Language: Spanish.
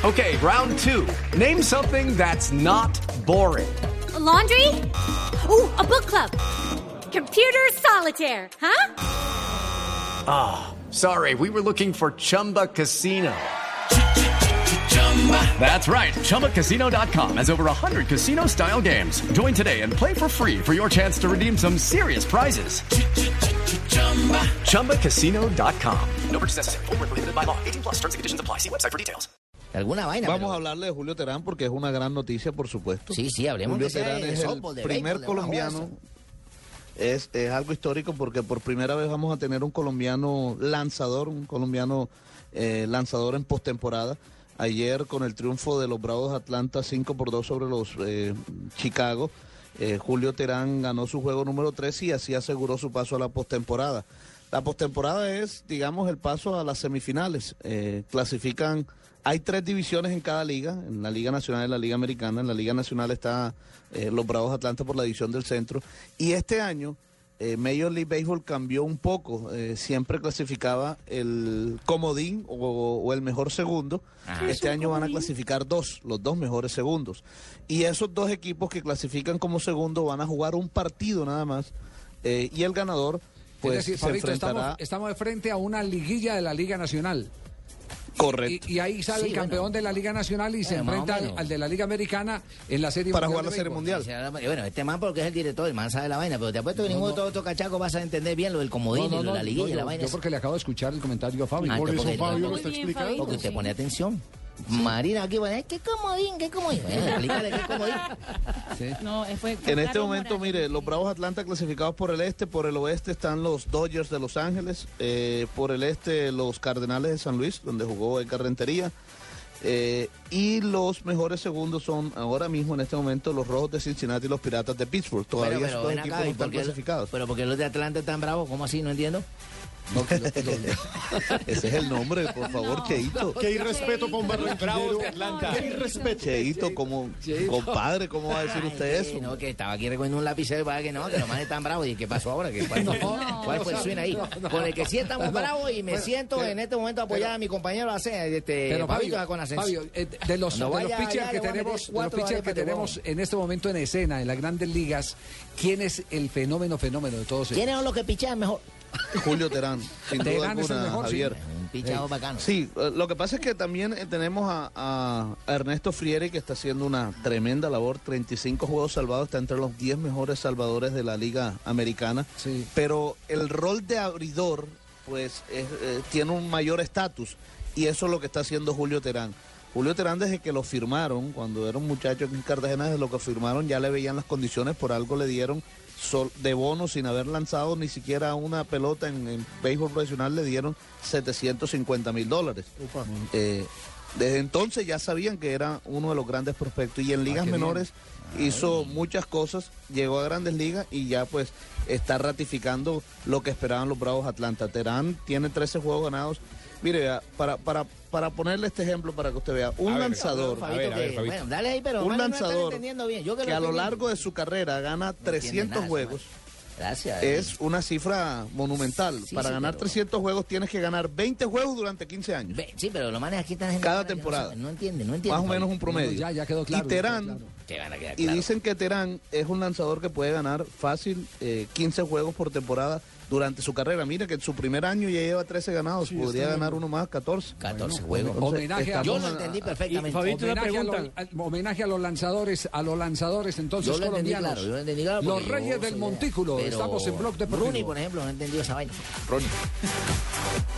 Okay, round two. Name something that's not boring. A laundry? Ooh, a book club. Computer solitaire, huh? Ah, sorry, we were looking for Chumba Casino. That's right. ChumbaCasino.com has over 100 casino-style games. Join today and play for free for your chance to redeem some serious prizes. ChumbaCasino.com. No purchase necessary. Void where prohibited by law. 18+ terms and conditions apply. See website for details. ¿Alguna vaina? Vamos a hablarle de Julio Terán porque es una gran noticia, por supuesto. Sí, hablemos Julio de Terán es el primer colombiano. Es algo histórico porque por primera vez vamos a tener un colombiano lanzador, lanzador en postemporada. Ayer, con el triunfo de los Bravos de Atlanta 5-2 sobre los Chicago, Julio Terán ganó su juego número 3 y así aseguró su paso a la postemporada. La postemporada es, digamos, el paso a las semifinales. Hay 3 divisiones en cada liga, en la Liga Nacional y en la Liga Americana. En la Liga Nacional está los Bravos de Atlanta por la división del centro. Y este año Major League Baseball cambió un poco, siempre clasificaba el comodín o el mejor segundo. Este año van a clasificar los 2 mejores segundos. Y esos 2 equipos que clasifican como segundo van a jugar un partido nada más, y el ganador pues se enfrentará. Estamos de frente a una liguilla de la Liga Nacional. Correcto. Y ahí sale el campeón de la Liga Nacional y se enfrenta al de la Liga Americana en la serie para jugar la serie mundial. Bueno, este man porque es el director, el man sabe la vaina, pero te apuesto que ninguno de otro cachaco vas a entender bien lo del comodín y la liguilla, la vaina. Yo porque le acabo de escuchar el comentario a Fabio. Por eso Fabio lo está explicando. Porque usted pone atención. Marina aquí, bueno, ¿qué comodín? Explícale qué comodín. Sí. No, en este momento, mire, los Bravos de Atlanta clasificados por el este, por el oeste están los Dodgers de Los Ángeles, por el este los Cardenales de San Luis, donde jugó Edgar Rentería, y los mejores segundos son ahora mismo en este momento los Rojos de Cincinnati y los Piratas de Pittsburgh. Todavía esos 2 equipos no están clasificados. Pero porque los de Atlanta están bravos, ¿cómo así? No entiendo. Ese es el nombre, por favor, Cheito. Qué irrespeto con Bravos de Atlanta. Qué irrespeto. Cheito, compadre, ¿cómo va a decir usted eso? No, que estaba aquí recogiendo un lapicero para que los manes están bravos. ¿Y qué pasó ahora? ¿Cuál fue el swing ahí? Con el que sí estamos bravos y me siento en este momento a apoyar a mi compañero Fabio, con Asensio. De los pitchers que tenemos en este momento en escena, en las grandes ligas, ¿quién es el fenómeno de todos ellos? ¿Quiénes son los que pichean mejor? Julio Terán, sin duda alguna, es el mejor, Javier. Sí, un pichado bacano. Sí, lo que pasa es que también tenemos a Ernesto Frieri, que está haciendo una tremenda labor, 35 juegos salvados, está entre los 10 mejores salvadores de la Liga Americana, sí. Pero el rol de abridor pues tiene un mayor estatus, y eso es lo que está haciendo Julio Terán. Julio Terán, desde que lo firmaron, cuando era un muchacho aquí en Cartagena, desde lo que firmaron ya le veían las condiciones, por algo le dieron de bono sin haber lanzado ni siquiera una pelota en béisbol profesional, le dieron $750,000. Desde entonces ya sabían que era uno de los grandes prospectos, y en ligas menores hizo muchas cosas, llegó a grandes ligas y ya pues está ratificando lo que esperaban los Bravos de Atlanta. Terán tiene 13 juegos ganados. Mire, para ponerle este ejemplo para que usted vea, un lanzador que a lo largo de su carrera gana 300 juegos, es una cifra monumental. Para ganar 300 juegos tienes que ganar 20 juegos durante 15 años. Sí, pero lo manes aquí están cada temporada. No entiende. Más o menos un promedio. Ya quedó claro. Y Terán, y dicen que Terán es un lanzador que puede ganar fácil 15 juegos por temporada durante su carrera. Mira que en su primer año ya lleva 13 ganados, podría ganar uno más, 14. 14 juegos. Yo lo entendí perfectamente. Homenaje a los lanzadores, entonces yo colombianos. Yo lo entendí claro. Los Reyes del Montículo. Estamos en Blog Deportivo. Ronnie, por ejemplo, no entendió esa vaina. Ronnie.